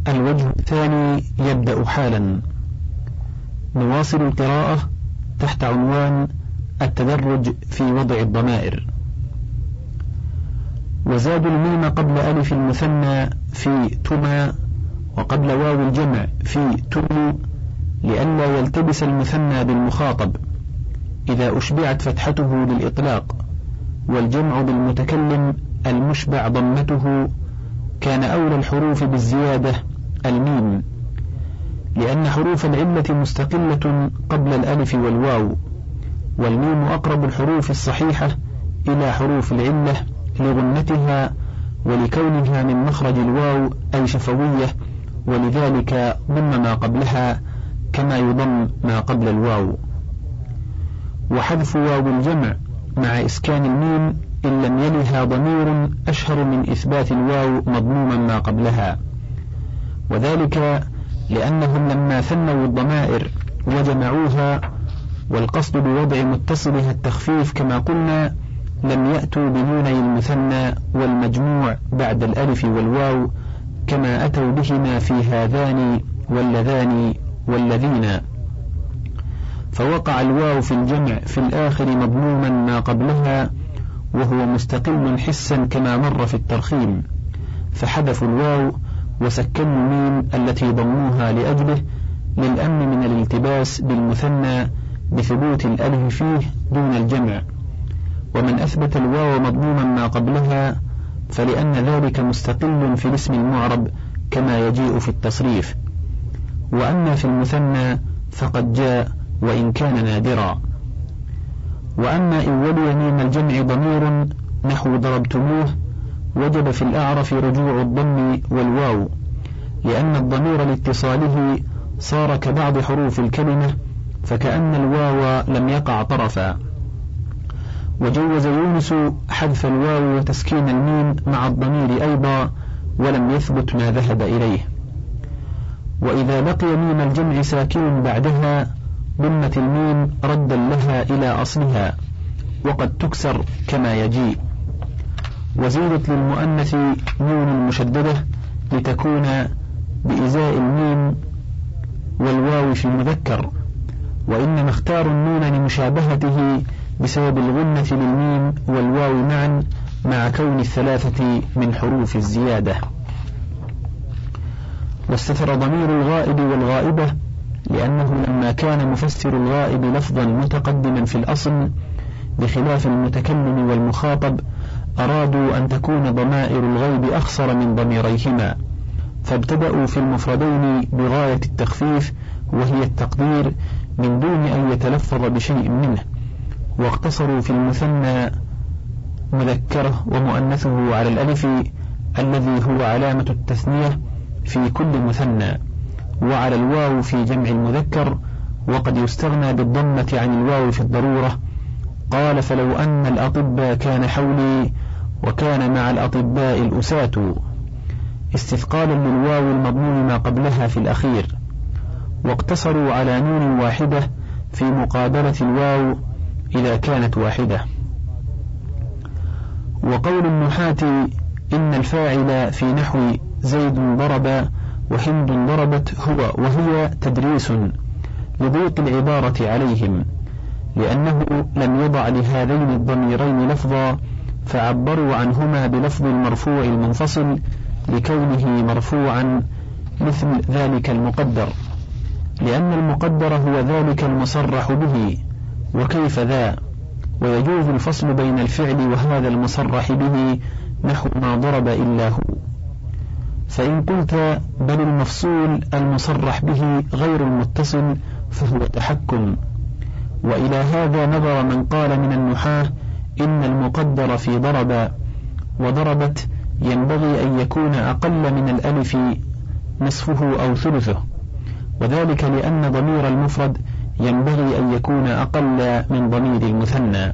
الوجه الثاني يبدأ حالا. نواصل القراءة تحت عنوان التدرج في وضع الضمائر. وزاد الميم قبل ألف المثنى في تما وقبل واو الجمع في تم لئلا يلتبس المثنى بالمخاطب إذا أشبعت فتحته للإطلاق، والجمع بالمتكلم المشبع ضمته كان أولى الحروف بالزيادة الميم، لأن حروف العلة مستقلة قبل الألف والواو، والميم أقرب الحروف الصحيحة إلى حروف العلة لغنتها ولكونها من مخرج الواو أي شفوية، ولذلك ضم ما قبلها كما يضم ما قبل الواو. وحذف واو الجمع مع إسكان الميم إن لم يلها ضمير أشهر من إثبات الواو مضموما ما قبلها، وذلك لأنهم لما ثنوا الضمائر وجمعوها والقصد بوضع متصلها التخفيف كما قلنا لم يأتوا بنوني المثنى والمجموع بعد الألف والواو كما أتوا بهما في هذان واللذان والذين، فوقع الواو في الجمع في الآخر مضموما ما قبلها وهو مستقل حسا كما مر في الترخيم، فحذفوا الواو وسكنوا الميم التي ضموها لأجله للأمن من الالتباس بالمثنى بثبوت الألف فيه دون الجمع. ومن أثبت الواو مضموما ما قبلها فلأن ذلك مستقل في الاسم المعرب كما يجيء في التصريف، وأما في المثنى فقد جاء وإن كان نادرا. وأما إن ولي ميم الجمع ضمير نحو ضربتموه وجب في الأعرف رجوع الضم والواو، لأن الضمير لاتصاله صار كبعض حروف الكلمة فكأن الواو لم يقع طرفا. وجوز يونس حذف الواو وتسكين الميم مع الضمير أيضا ولم يثبت ما ذهب إليه. وإذا بقي ميم الجمع ساكن بعدها ضمت الميم ردا لها إلى أصلها وقد تكسر كما يجيء. وزيدت للمؤنث نون المشددة لتكون بإزاء الميم والواو في المذكر، وإنما اختاروا النون لمشابهته بسبب الغنة للميم والواو معا مع كون الثلاثة من حروف الزيادة. واستتر ضمير الغائب والغائبة لأنه لما كان مفسر الغائب لفظا متقدما في الأصل بخلاف المتكلم والمخاطب أرادوا أن تكون ضمائر الغيب أخصر من ضميريهما، فابتدأوا في المفردين بغاية التخفيف وهي التقدير من دون أن يتلفظ بشيء منه، واقتصروا في المثنى مذكره ومؤنثه على الألف الذي هو علامة التثنية في كل مثنى، وعلى الواو في جمع المذكر، وقد يستغنى بالضمة عن الواو في الضرورة. قال فلو أن الأطباء كان حولي وكان مع الأطباء الأساة، استثقالا للواو المضمون ما قبلها في الأخير. واقتصروا على نون واحدة في مقابلة الواو إذا كانت واحدة. وقول النحاة إن الفاعل في نحو زيد ضرب وهند ضربت هو وهي تدريس لضيق العبارة عليهم، لأنه لم يضع لهذين الضميرين لفظا فعبروا عنهما بلفظ المرفوع المنفصل لكونه مرفوعا مثل ذلك المقدر، لأن المقدر هو ذلك المصرح به، وكيف ذا؟ ويجوز الفصل بين الفعل وهذا المصرح به نحو ما ضرب إلا هو. فإن قلت بل المفصول المصرح به غير المتصل فهو تحكم. وإلى هذا نظر من قال من النحاة إن المقدر في ضرب وضربت ينبغي أن يكون أقل من الألف نصفه أو ثلثه، وذلك لأن ضمير المفرد ينبغي أن يكون أقل من ضمير المثنى.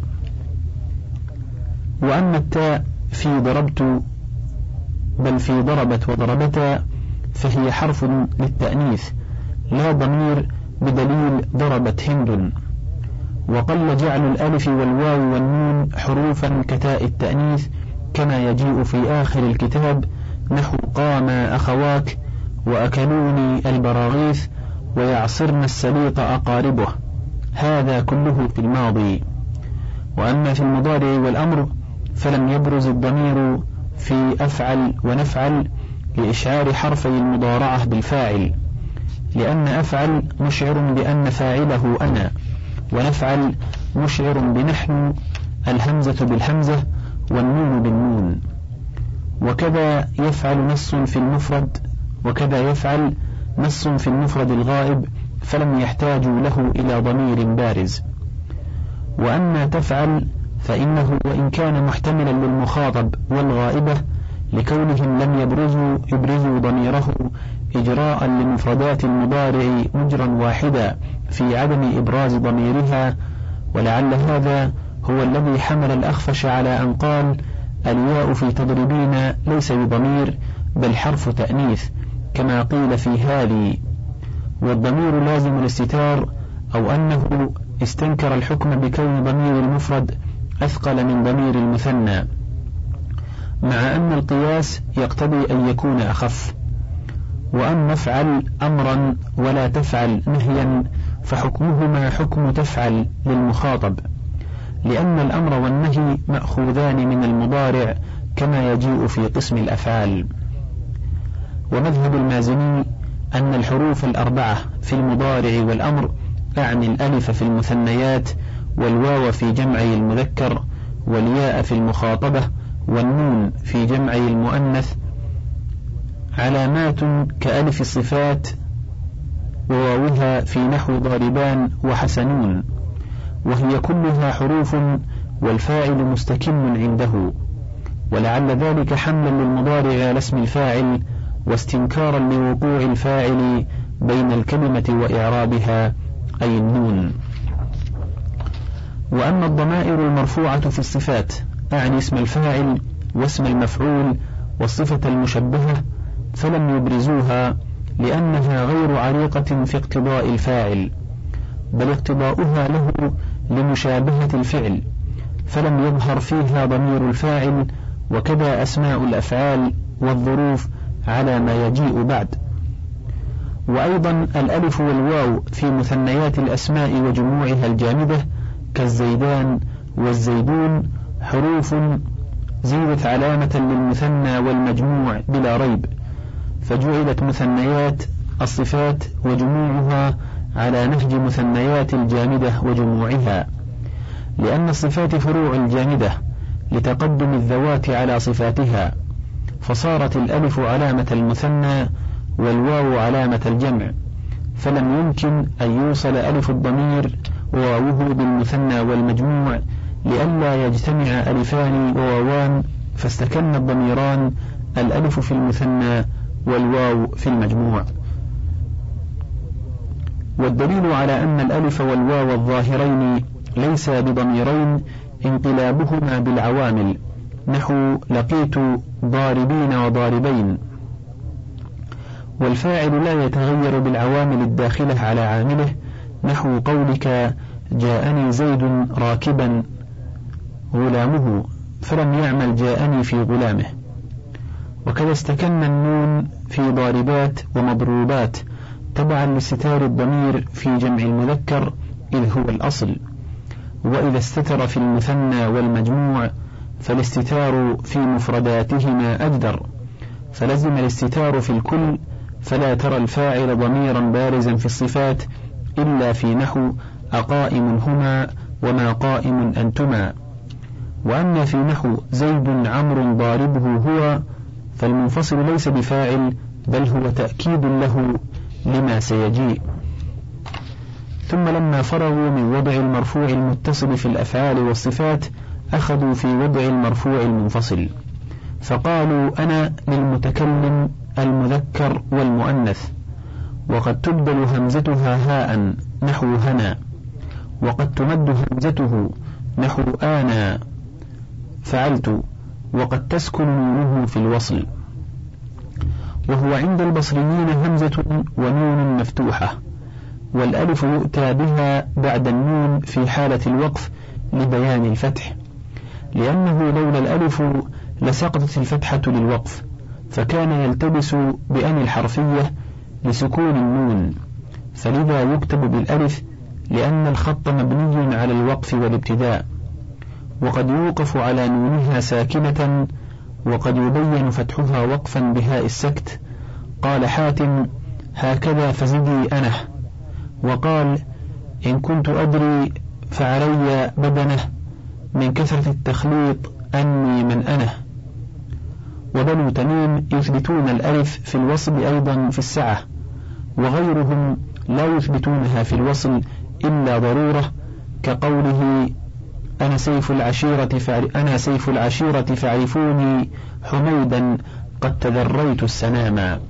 وأما التاء في ضربت بل في ضربت وضربتا فهي حرف للتأنيث لا ضمير بدليل ضربت هند. وقل جعل الألف والواو والنون حروفا كتاء التأنيث كما يجيء في آخر الكتاب نحو قام أخواك وأكلوني البراغيث ويعصرن السليط أقاربه، هذا كله في الماضي. وأما في المضارع والأمر فلم يبرز الضمير في أفعل ونفعل لإشعار حرفي المضارعة بالفاعل، لأن أفعل مشعر بأن فاعله أنا، ونفعل مشعر بنحن، الهمزة بالهمزة والنون بالنون. وكذا يفعل نص في المفرد، وكذا يفعل نص في المفرد الغائب، فلم يحتاجوا له إلى ضمير بارز. وأما تفعل فإنه وإن كان محتملا للمخاطب والغائبة لكونهم لم يبرزوا ضميره إجراء لمفردات المضارع مجرا واحدا في عدم إبراز ضميرها، ولعل هذا هو الذي حمل الأخفش على أن قال الياء في تضربين ليس بضمير بل حرف تأنيث كما قيل في هذه، والضمير لازم الاستتار، أو أنه استنكر الحكم بكون ضمير المفرد أثقل من ضمير المثنى، مع أن القياس يقتضي أن يكون أخف. وأن نفعل أمرا ولا تفعل نهيا فحكمهما حكم تفعل للمخاطب، لأن الأمر والنهي مأخوذان من المضارع كما يجيء في قسم الأفعال. ومذهب المازني أن الحروف الأربعة في المضارع والأمر، أعني الألف في المثنيات والواو في جمعي المذكر والياء في المخاطبة والنون في جمعي المؤنث، علامات كألف الصفات وواوها في نحو ضاربان وحسنون، وهي كلها حروف والفاعل مستكن عنده، ولعل ذلك حملا للمضارع على اسم الفاعل واستنكارا لوقوع الفاعل بين الكلمة وإعرابها أي النون. وأما الضمائر المرفوعة في الصفات، أعني اسم الفاعل واسم المفعول والصفة المشبهة، فلم يبرزوها لأنها غير عريقة في اقتضاء الفاعل، بل اقتضاؤها له لمشابهة الفعل، فلم يظهر فيها ضمير الفاعل. وكذا أسماء الأفعال والظروف على ما يجيء بعد. وأيضا الألف والواو في مثنيات الأسماء وجموعها الجامدة كالزيدان والزيدون حروف زيدت علامة للمثنى والمجموع بلا ريب، فجعلت مثنيات الصفات وجموعها على نهج مثنيات الجامدة وجموعها، لأن الصفات فروع الجامدة لتقدم الذوات على صفاتها، فصارت الألف علامة المثنى والواو علامة الجمع، فلم يمكن أن يوصل ألف الضمير وواوه بالمثنى والمجموع لئلا يجتمع ألفان وواوان، فاستكن الضميران الألف في المثنى والواو في المجموع. والدليل على أن الألف والواو الظاهرين ليس بضميرين انقلابهما بالعوامل، نحو لقيت ضاربين وضاربين. والفاعل لا يتغير بالعوامل الداخلة على عامله، نحو قولك جاءني زيد راكبا غلامه، فلم يعمل جاءني في غلامه. وكذا استكن النون في ضاربات ومضروبات تبعا لاستتار الضمير في جمع المذكر إذ هو الأصل، وإذا استتر في المثنى والمجموع فالاستتار في مفرداتهما أجدر، فلزم الاستتار في الكل، فلا ترى الفاعل ضميرا بارزا في الصفات إلا في نحو أقائم هما وما قائم أنتما. وأما في نحو زيد عمرو ضاربه هو، فالمنفصل ليس بفاعل بل هو تأكيد له لما سيجيء. ثم لما فرغوا من وضع المرفوع المتصل في الأفعال والصفات أخذوا في وضع المرفوع المنفصل، فقالوا أنا للمتكلم المذكر والمؤنث، وقد تبدل همزتها هاء نحو هنا، وقد تمد همزته نحو آنا فعلت، وقد تسكن نونه في الوصل. وهو عند البصريين همزة ونون مفتوحة، والألف يؤتى بها بعد النون في حالة الوقف لبيان الفتح، لأنه لولا الألف لسقطت الفتحة للوقف، فكان يلتبس بأن الحرفية لسكون النون، فلذا يكتب بالألف لأن الخط مبني على الوقف والابتداء، وقد يوقف على نونها ساكنة، وقد يبين فتحها وقفا بهاء السكت. قال حاتم: هكذا فزدي أنه. وقال: إن كنت أدري فعلي بدنه، من كثرة التخليط أني من أنه. وبنو تميم يثبتون الألف في الوصل أيضا في السعة، وغيرهم لا يثبتونها في الوصل إلا ضرورة، كقوله: أنا سيف العشيرة فاعرفوني حميدا قد تذريت السناما.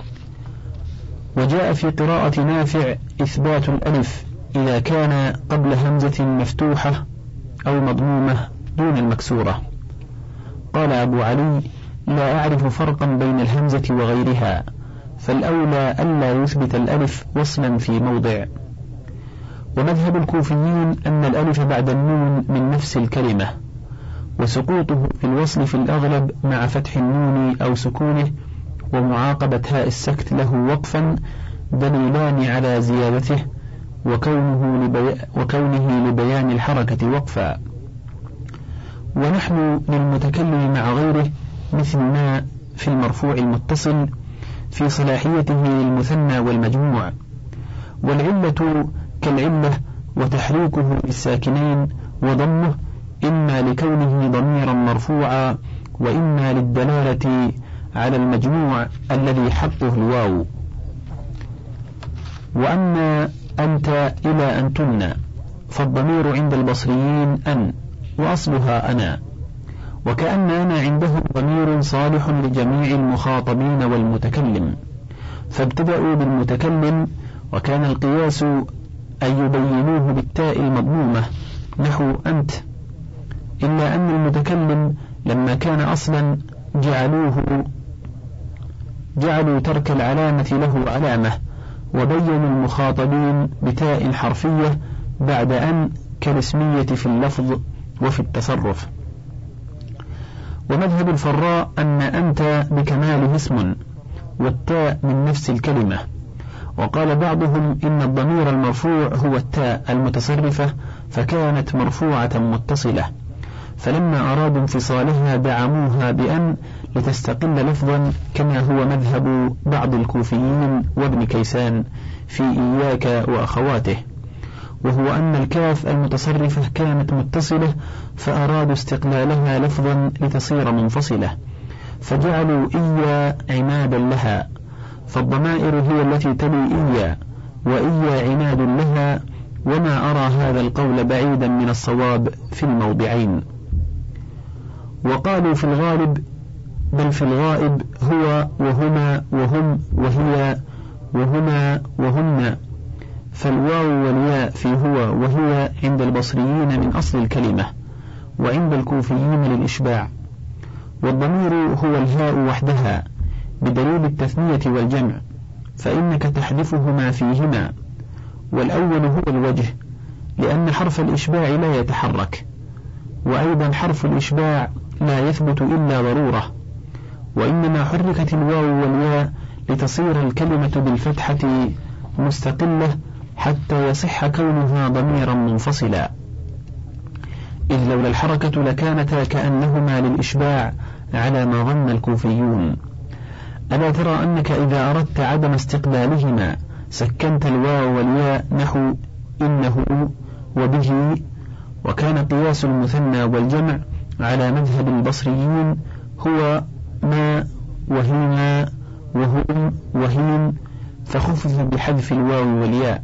وجاء في قراءة نافع إثبات الألف إذا كان قبل همزة مفتوحة أو مضمومة دون المكسورة. قال أبو علي: لا أعرف فرقا بين الهمزة وغيرها، فالأولى ألا يثبت الألف وصلا في موضع. ومذهب الكوفيين أن الألف بعد النون من نفس الكلمة، وسقوطه في الوصل في الأغلب مع فتح النون أو سكونه ومعاقبة هاء السكت له وقفا دليلان على زيادته وكونه لبيان الحركة وقفا. ونحن للمتكلم مع غيره مثل ما في المرفوع المتصل في صلاحيته للمثنى والمجموع، والعلة كالعلة وتحريكه بالساكنين وضمه إما لكونه ضميرا مرفوعا، وإما للدلالة على المجموع الذي حقه الواو. وأما أنت إلى أنتن فالضمير عند البصريين أن، وأصلها أنا، وكأن أنا عندهم ضمير صالح لجميع المخاطبين والمتكلم، فابتدأوا بالمتكلم، وكان القياس أن يبينوه بالتاء المضمومة نحو أنت، إلا أن المتكلم لما كان أصلا جعلوا ترك العلامة له علامة، وبينوا المخاطبين بتاء حرفية بعد أن كالاسمية في اللفظ وفي التصرف. ومذهب الفراء أن أنت بكماله اسم، والتاء من نفس الكلمة. وقال بعضهم إن الضمير المرفوع هو التاء المتصرفة، فكانت مرفوعة متصلة، فلما أرادوا انفصالها دعموها بأن لتستقل لفظا، كما هو مذهب بعض الكوفيين وابن كيسان في إياك وأخواته، وهو أن الكاف المتصرفة كانت متصلة، فأرادوا استقلالها لفظا لتصير منفصلة، فجعلوا إيا عمادا لها، فالضمائر هي التي تلي إيا، وإيا عماد لها، وما أرى هذا القول بعيدا من الصواب في الموضعين. وقالوا في الغالب بل في الغائب هو وهما وهم وهي وهما وهن، فالواو والياء في هو وهي عند البصريين من أصل الكلمة، وعند الكوفيين للإشباع. والضمير هو الهاء وحدها بدليل التثنية والجمع، فإنك تحذفهما فيهما، والأول هو الوجه لأن حرف الإشباع لا يتحرك، وأيضا حرف الإشباع لا يثبت إلا ضرورة، وإنما حركت الواو والياء لتصير الكلمة بالفتحة مستقلة حتى يصح كونها ضميرا منفصلا، إذ لولا الحركة لكانتا كأنهما للإشباع على ما ظن الكوفيون. ألا ترى أنك إذا أردت عدم استقلالهما سكنت الواو والياء نحو إنه وبه؟ وكان قياس المثنى والجمع على مذهب البصريين هو ما وهما وهم وهين، فخفف بحذف الواو والياء.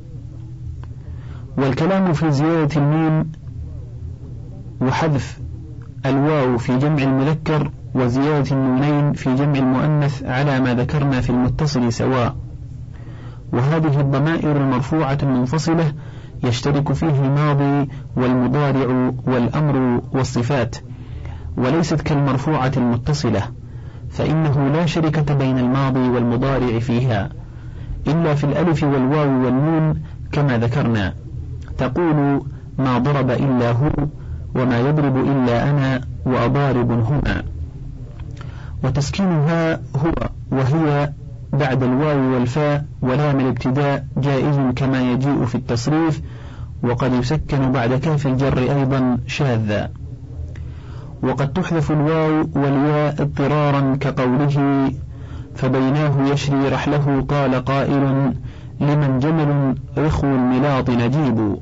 والكلام في زيادة الميم وحذف الواو في جمع المذكر وزيادة النونين في جمع المؤنث على ما ذكرنا في المتصل سواء، وهذه الضمائر المرفوعة المنفصلة يشترك فيه الماضي والمضارع والأمر والصفات، وليست كالمرفوعة المتصلة، فإنه لا شركة بين الماضي والمضارع فيها إلا في الألف والواو والنون كما ذكرنا، تقول ما ضرب إلا هو، وما يضرب إلا أنا، وأضارب هما. وتسكينها هو وهي بعد الواو والفاء ولام الابتداء جائز كما يجيء في التصريف، وقد يسكن بعد كاف الجر أيضا شاذا. وقد تحذف الواو والياء اضطرارا كقوله فبيناه يشري رحله قال قائل لمن جمل رخو الملاط نجيب،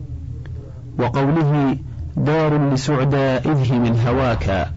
وقوله دار لسعدى إذه من هواك.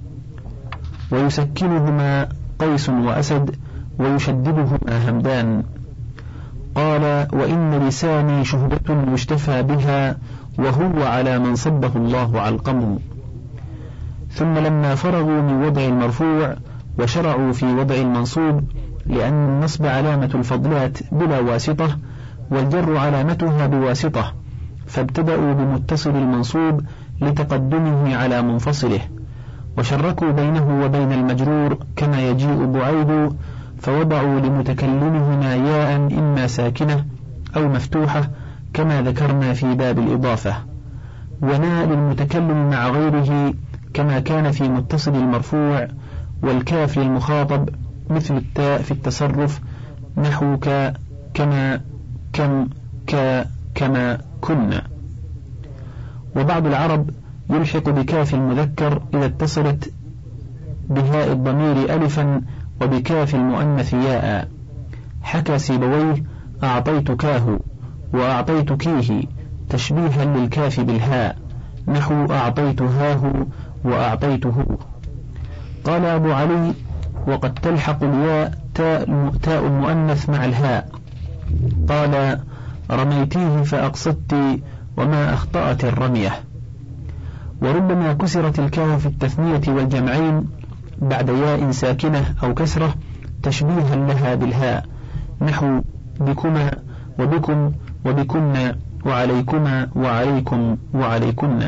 ويسكنهما قيس وأسد ويشددهما همدان. قال وإن لساني شهبة يشتفى بها وهو على من صبه الله علقم. ثم لما فرغوا من وضع المرفوع وشرعوا في وضع المنصوب، لأن النصب علامة الفضلات بلا واسطة والجر علامتها بواسطة، فابتدأوا بمتصل المنصوب لتقدمه على منفصله، وشركوا بينه وبين المجرور كما يجيء بعيد، فوضعوا لمتكلمهما ياء إما ساكنة أو مفتوحة كما ذكرنا في باب الإضافة، وناء للمتكلم مع غيره كما كان في متصل المرفوع، والكاف للمخاطب مثل التاء في التصرف نحو كما كم كما كنا. وبعض العرب يلحق بكاف المذكر إذا اتصلت بهاء الضمير ألفا وبكاف المؤنث ياء. حكى سيبويه أعطيتكاه وأعطيتكيه تشبيها للكاف بالهاء نحو أعطيتهاه وأعطيته. قال أبو علي وقد تلحق الياء تاء المؤنث مع الهاء. قال رميتيه فأقصدت وما أخطأت الرمية. وربما كسرت الكاف في التثنية والجمعين بعد ياء ساكنة أو كسرة تشبيها لها بالهاء نحو بكما وبكم وبكن وعليكما وعليكم وعليكن.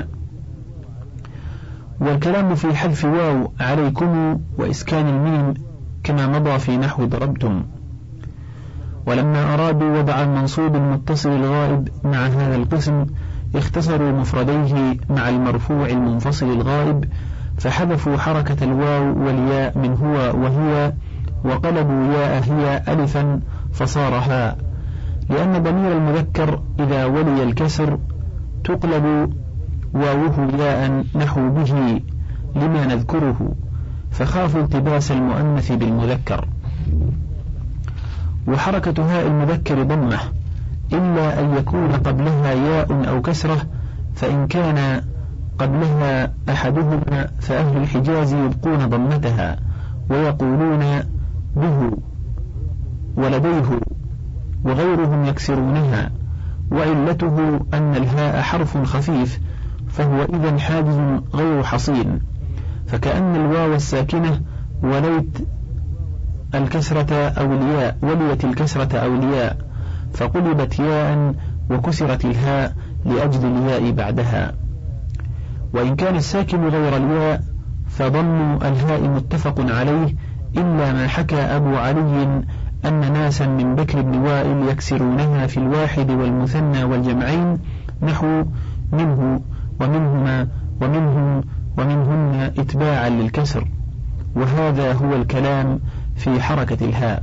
والكلام في حذف واو عليكم وإسكان الميم كما مضى في نحو ضربتم. ولما أرادوا وضع المنصوب المتصل الغائب مع هذا القسم اختصروا مفرديه مع المرفوع المنفصل الغائب، فحذفوا حركة الواو والياء من هو وهي، وقلبوا ياء هي ألفا فصار هاء، لأن ضمير المذكر إذا ولي الكسر تقلب واوه ياء نحو به لما نذكره، فخافوا التباس المؤنث بالمذكر. وحركة هاء المذكر ضمة إلا أن يكون قبلها ياء أو كسرة، فإن كان قبلها أحدهما فأهل الحجاز يبقون ضمتها ويقولون به ولديه، وغيرهم يكسرونها، وعلته أن الهاء حرف خفيف فهو إذن حاجز غير حصين، فكأن الواو الساكنة وليت الكسرة أو الياء فقلبت ياء وكسرت الهاء لأجل الياء بعدها. وإن كان الساكن غير الياء فضم الهاء متفق عليه، إلا ما حكى أبو علي أن ناسا من بكر بن وائل يكسرونها في الواحد والمثنى والجمعين نحو منه ومنهما ومنهم ومنهن إتباعا للكسر، وهذا هو الكلام في حركة الهاء.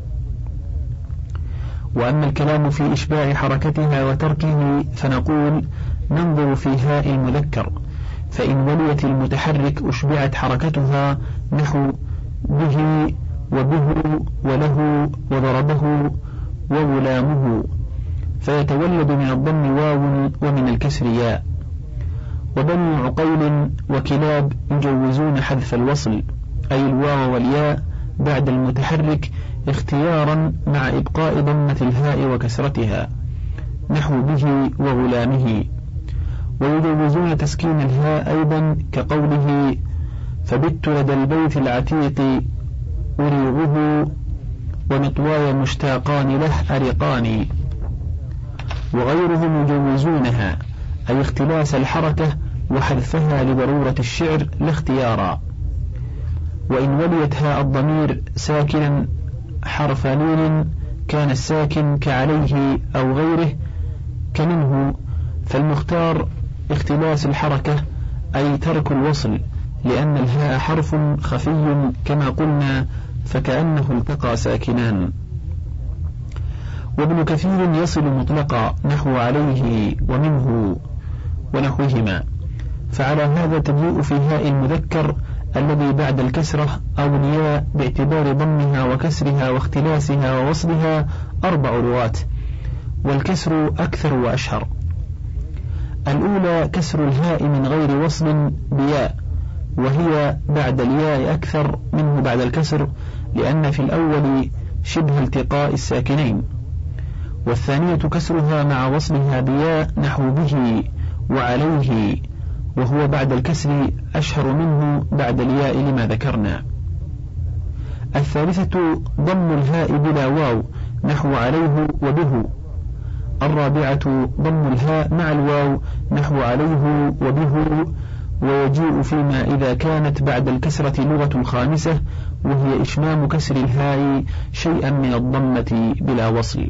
وأما الكلام في إشباع حركتها وتركه فنقول ننظر في هاء المذكر، فإن وليت المتحرك أشبعت حركتها نحو به وبه وله وضربه وغلامه، فيتولد من الضم واو ومن الكسر ياء. وبنو عقيل وكلاب يجوزون حذف الوصل أي الواو والياء بعد المتحرك اختيارا مع إبقاء ضمة الهاء وكسرتها نحو به وغلامه. ويجوزون تسكين الهاء أيضا كقوله فبت لدى البيت العتيق أريغه ومطواي مشتاقان له أرقاني. وغيرهم يجوزونها أي اختلاس الحركة وحذفها لضرورة الشعر لا اختيارا. وإن وليت هاء الضمير ساكنا حرف نون كان الساكن كعليه أو غيره كمنه، فالمختار اختلاس الحركة أي ترك الوصل لأن الهاء حرف خفي كما قلنا، فكأنه التقى ساكنان. وابن كثير يصل مطلقا نحو عليه ومنه ونحوهما، فعلى هذا تجيء في هاء المذكر الذي بعد الكسرة أو الياء باعتبار ضمها وكسرها واختلاسها ووصلها 4 لغات، والكسر أكثر وأشهر. الأولى كسر الهاء من غير وصل بياء، وهي بعد الياء أكثر منه بعد الكسر، لأن في الأول شبه التقاء الساكنين. والثانية كسرها مع وصلها بياء نحو به وعليه، وهو بعد الكسر أشهر منه بعد الياء لما ذكرنا. الثالثة ضم الهاء بلا واو نحو عليه وبه. الرابعة ضم الهاء مع الواو نحو عليه وبه، ويجيء فيما إذا كانت بعد الكسرة لغة خامسة، وهي إشمام كسر الهاء شيئا من الضمة بلا وصل.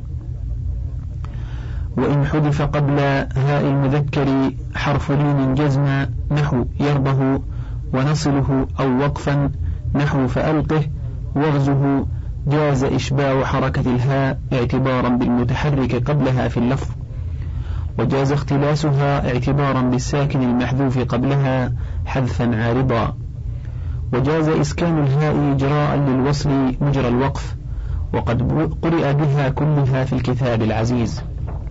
وإن حذف قبل هاء المذكر حرف لين جزم نحو يربه، ونصله أو وقفا نحو فألقه واغزه، جاز إشباع حركة الهاء اعتبارا بالمتحرك قبلها في اللفظ، وجاز اختلاسها اعتبارا بالساكن المحذوف قبلها حذفا عارضا، وجاز إسكان الهاء إجراء للوصل مجرى الوقف، وقد قرئ بها كلها في الكتاب العزيز.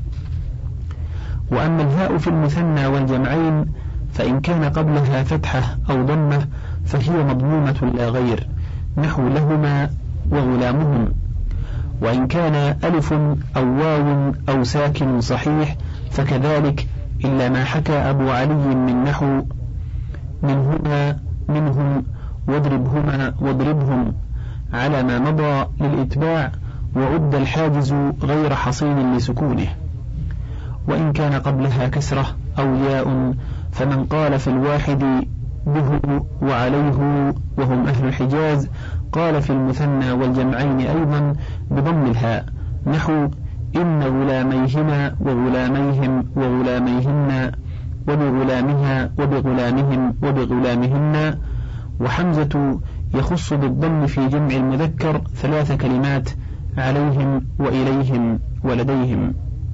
وأما الهاء في المثنى والجمعين فإن كان قبلها فتحة أو ضمة فهي مضمومة لا غير، نحو لهما وغلامهم. وإن كان ألف أو واو أو ساكن صحيح فكذلك، إلا ما حكى أبو علي من نحو منهما منهم واضربهما واضربهم على ما مضى للإتباع، وعد الحاجز غير حصين لسكونه. وإن كان قبلها كسرة أو ياء فمن قال في الواحد به وعليه وهم أهل الحجاز قال في المثنى والجمعين أيضا بضم الهاء نحو إن غلاميهما وغلاميهم وغلاميهن وبغلامها وبغلامهم وبغلامهن. وحمزة يخص بالضم في جمع المذكر 3 كلمات عليهم وإليهم ولديهم،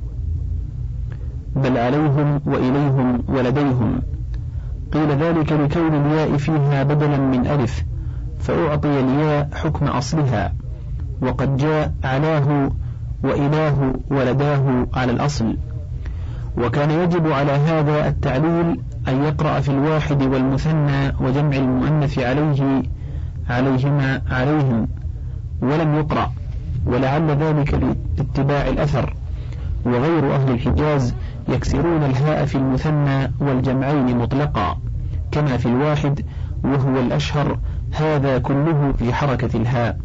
بل عليهم وإليهم ولديهم. قيل ذلك لكون الياء فيها بدلا من ألف، فأعطي الياء حكم أصلها، وقد جاء علاه وإله ولداه على الأصل. وكان يجب على هذا التعليل أن يقرأ في الواحد والمثنى وجمع المؤنث عليه عليهما عليهم، ولم يقرأ، ولعل ذلك لاتباع الأثر. وغير أهل الحجاز يكسرون الهاء في المثنى والجمعين مطلقا كما في الواحد، وهو الأشهر، هذا كله في حركة الهاء.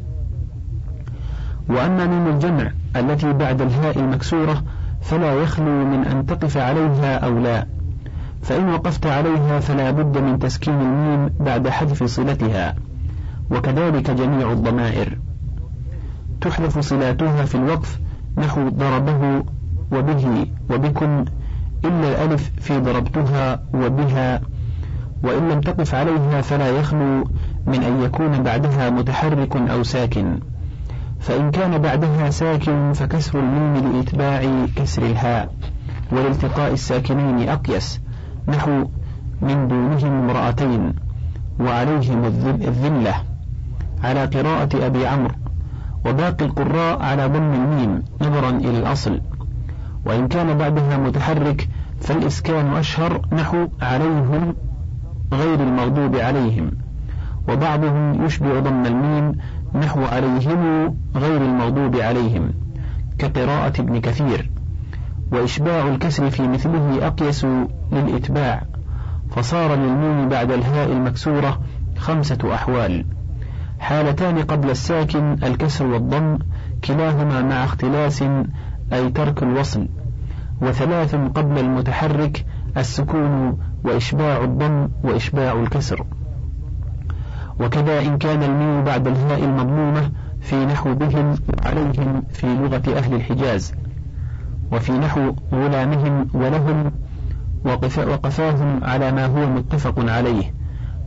وأما ميم الجمع التي بعد الهاء المكسورة فلا يخلو من أن تقف عليها أو لا، فإن وقفت عليها فلا بد من تسكين الميم بعد حذف صلتها، وكذلك جميع الضمائر تحذف صلاتها في الوقف نحو ضربه وبه وبكم، إلا الألف في ضربتها وبها، وإن لم تقف عليها فلا يخلو من أن يكون بعدها متحرك أو ساكن، فإن كان بعدها ساكن فكسر الميم لإتباع كسر الهاء والالتقاء الساكنين أقيس، نحو من دونهم امرأتين وعليهم الذلة على قراءة أبي عمرو، وباقي القراء على ضم الميم نظرا إلى الأصل. وإن كان بعدها متحرك فالإسكان أشهر، نحو عليهم غير المغضوب عليهم، وبعضهم يشبع ضم الميم نحو عليهم غير المغضوب عليهم كقراءة ابن كثير. وإشباع الكسر في مثله أقيس للإتباع، فصار للميم بعد الهاء المكسورة 5 أحوال: حالتان قبل الساكن الكسر والضم كلاهما مع اختلاس أي ترك الوصل، و3 قبل المتحرك السكون وإشباع الضم وإشباع الكسر. وكذا إن كان الميم بعد الهاء المضمومة في نحو بهم وعليهم في لغة أهل الحجاز، وفي نحو غلامهم ولهم، وقفاهم على ما هو متفق عليه،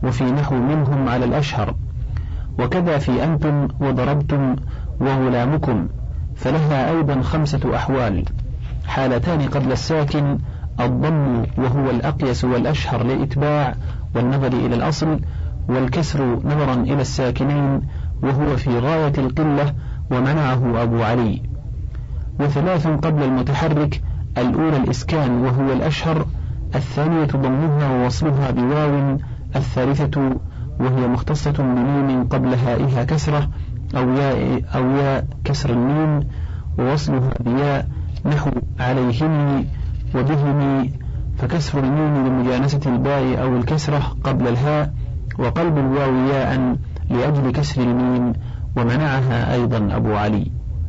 وفي نحو منهم على الأشهر، وكذا في أنتم وضربتم وغلامكم، فلها أيضا 5 أحوال: حالتان قبل الساكن الضم وهو الأقيس والأشهر للإتباع والنظر إلى الأصل، والكسر نظرا إلى الساكنين وهو في غاية القلة ومنعه أبو علي. و3 قبل المتحرك: الأولى الإسكان وهو الأشهر، الثانية ضمها ووصلها بواو، الثالثة وهي مختصة بميم قبل هائها كسرة أو ياء كسر الميم ووصلها بياء، نحو عليهم وبهم، فكسر الميم لمجانسة الباء أو الكسرة قبل الهاء، وقلب الواو ياء لأجل كسر الميم، ومنعها أيضا أبو علي.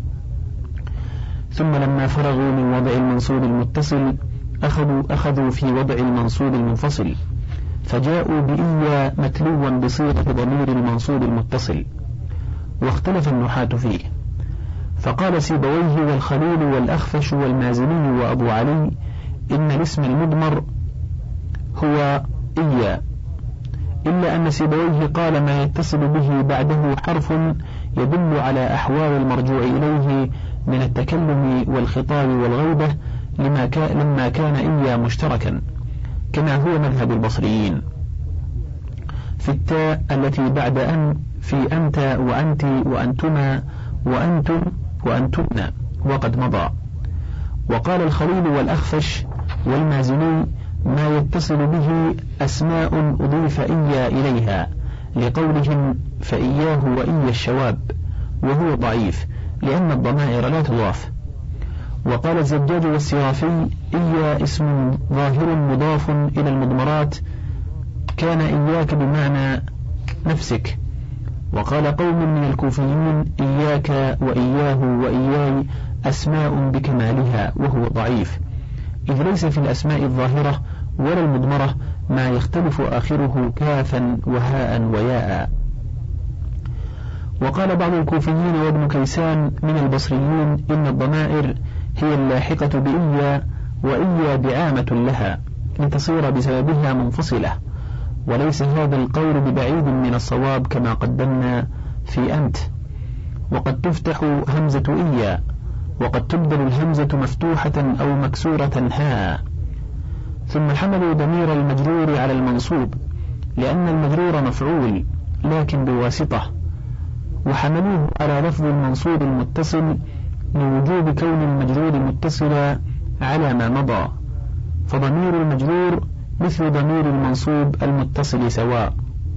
ثم لما فرغوا من وضع المنصوب المتصل أخذوا في وضع المنصوب المنفصل، فجاءوا بإيا متلوا بصيغة ضمير المنصوب المتصل، واختلف النحاة فيه، فقال سيبويه والخليل والأخفش والمازني وأبو علي إن الاسم المضمر هو إيا، إلا أن سيبويه قال ما يتصل به بعده حرف يدل على أحوال المرجوع إليه من التكلم والخطاب والغيبة لما كان إيا مشتركا، كما هو مذهب البصريين. في التاء التي بعد أن في أنت وأنت وأنتما وأنتم وأنتمنا وقد مضى. وقال الخليل والأخفش والمازني ما يتصل به أسماء أضيف إيا إليها لقولهم فإياه وإيا الشواب، وهو ضعيف لأن الضمائر لا تضاف. وقال الزجاج والسرافي إيا اسم ظاهر مضاف إلى المضمرات، كان إياك بمعنى نفسك. وقال قوم من الكوفيين إياك وإياه وإياي أسماء بكمالها، وهو ضعيف، إذ ليس في الأسماء الظاهرة ولا المضمرة ما يختلف آخره كافا وهاء وياء. وقال بعض الكوفيين وابن كيسان من البصريين إن الضمائر هي اللاحقة بإيا، وإيا دعامة لها لتصير بسببها منفصلة، وليس هذا القول ببعيد من الصواب كما قدمنا في أنت. وقد تفتح همزة إيا، وقد تبدل الهمزة مفتوحة أو مكسورة هاء. ثم حملوا ضمير المجرور على المنصوب لأن المجرور مفعول لكن بواسطة، وحملوه على لفظ المنصوب المتصل لوجوب كون المجرور متصلا على ما مضى، فضمير المجرور مثل ضمير المنصوب المتصل سواء.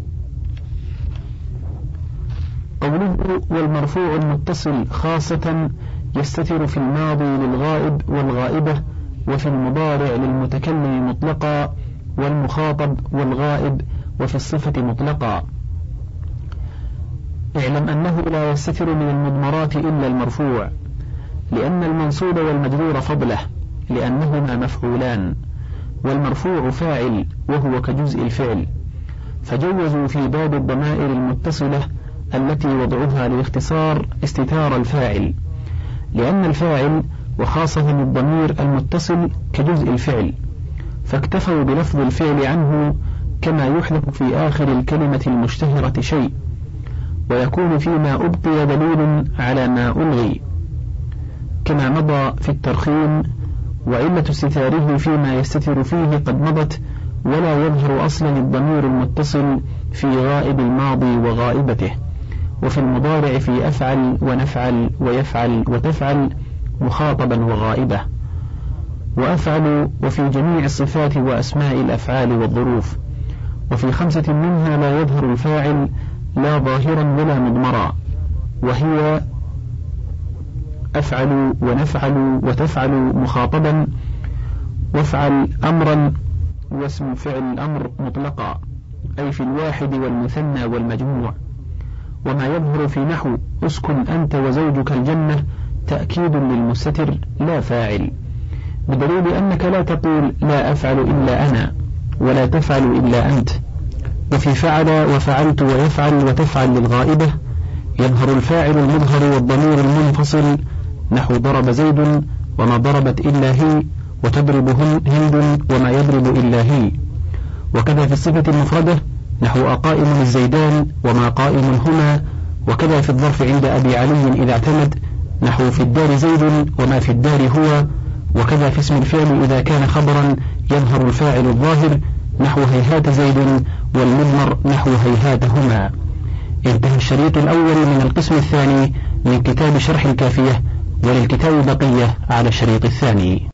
قوله والمرفوع المتصل خاصة يستتر في الماضي للغائب والغائبة، وفي المضارع للمتكلم مطلقا والمخاطب والغائب، وفي الصفة مطلقا. اعلم أنه لا يستتر من المضمرات إلا المرفوع، لأن المنصوب والمجرور فضله لأنهما مفعولان، والمرفوع فاعل وهو كجزء الفعل، فجوزوا في باب الضمائر المتصلة التي وضعها للاختصار استتار الفاعل، لأن الفاعل وخاصة الضمير المتصل كجزء الفعل، فاكتفوا بلفظ الفعل عنه، كما يحذف في آخر الكلمة المشتهرة شيء، ويكون فيما أبقي دليل على ما ألغي، كما مضى في الترخيم. وعلة استتاره فيما يستتر فيه قد مضت، ولا يظهر أصلا الضمير المتصل في غائب الماضي وغائبته، وفي المضارع في أفعل ونفعل ويفعل وتفعل مخاطبا وغائبة وأفعل، وفي جميع الصفات وأسماء الأفعال والظروف. وفي 5 منها لا يظهر الفاعل لا ظاهرا ولا مضمرا، وهي أفعل ونفعل وتفعل مخاطبا، وافعل أمرا، واسم فعل الأمر مطلقا، أي في الواحد والمثنى والمجموع. وما يظهر في نحو اسكن أنت وزوجك الجنة تأكيد للمستتر لا فاعل، بدليل أنك لا تقول لا أفعل إلا أنا ولا تفعل إلا أنت. وفي فعل وفعلت ويفعل وتفعل للغائبة يظهر الفاعل المظهر والضمير المنفصل، نحو ضرب زيد وما ضربت إلا هي، وتضرب هند وما يضرب إلا هي. وكذا في الصفة المفردة نحو أقائم الزيدان وما قائم هما. وكذا في الظرف عند أبي علي إذا اعتمد، نحو في الدار زيد وما في الدار هو. وكذا في اسم الفعل إذا كان خبرا يظهر الفاعل الظاهر، نحو هيهات زيد، والمضمر نحو هيهات هما. انتهى الشريط الأول من القسم الثاني من كتاب شرح الكافية، وللكتاب بقية على الشريط الثاني.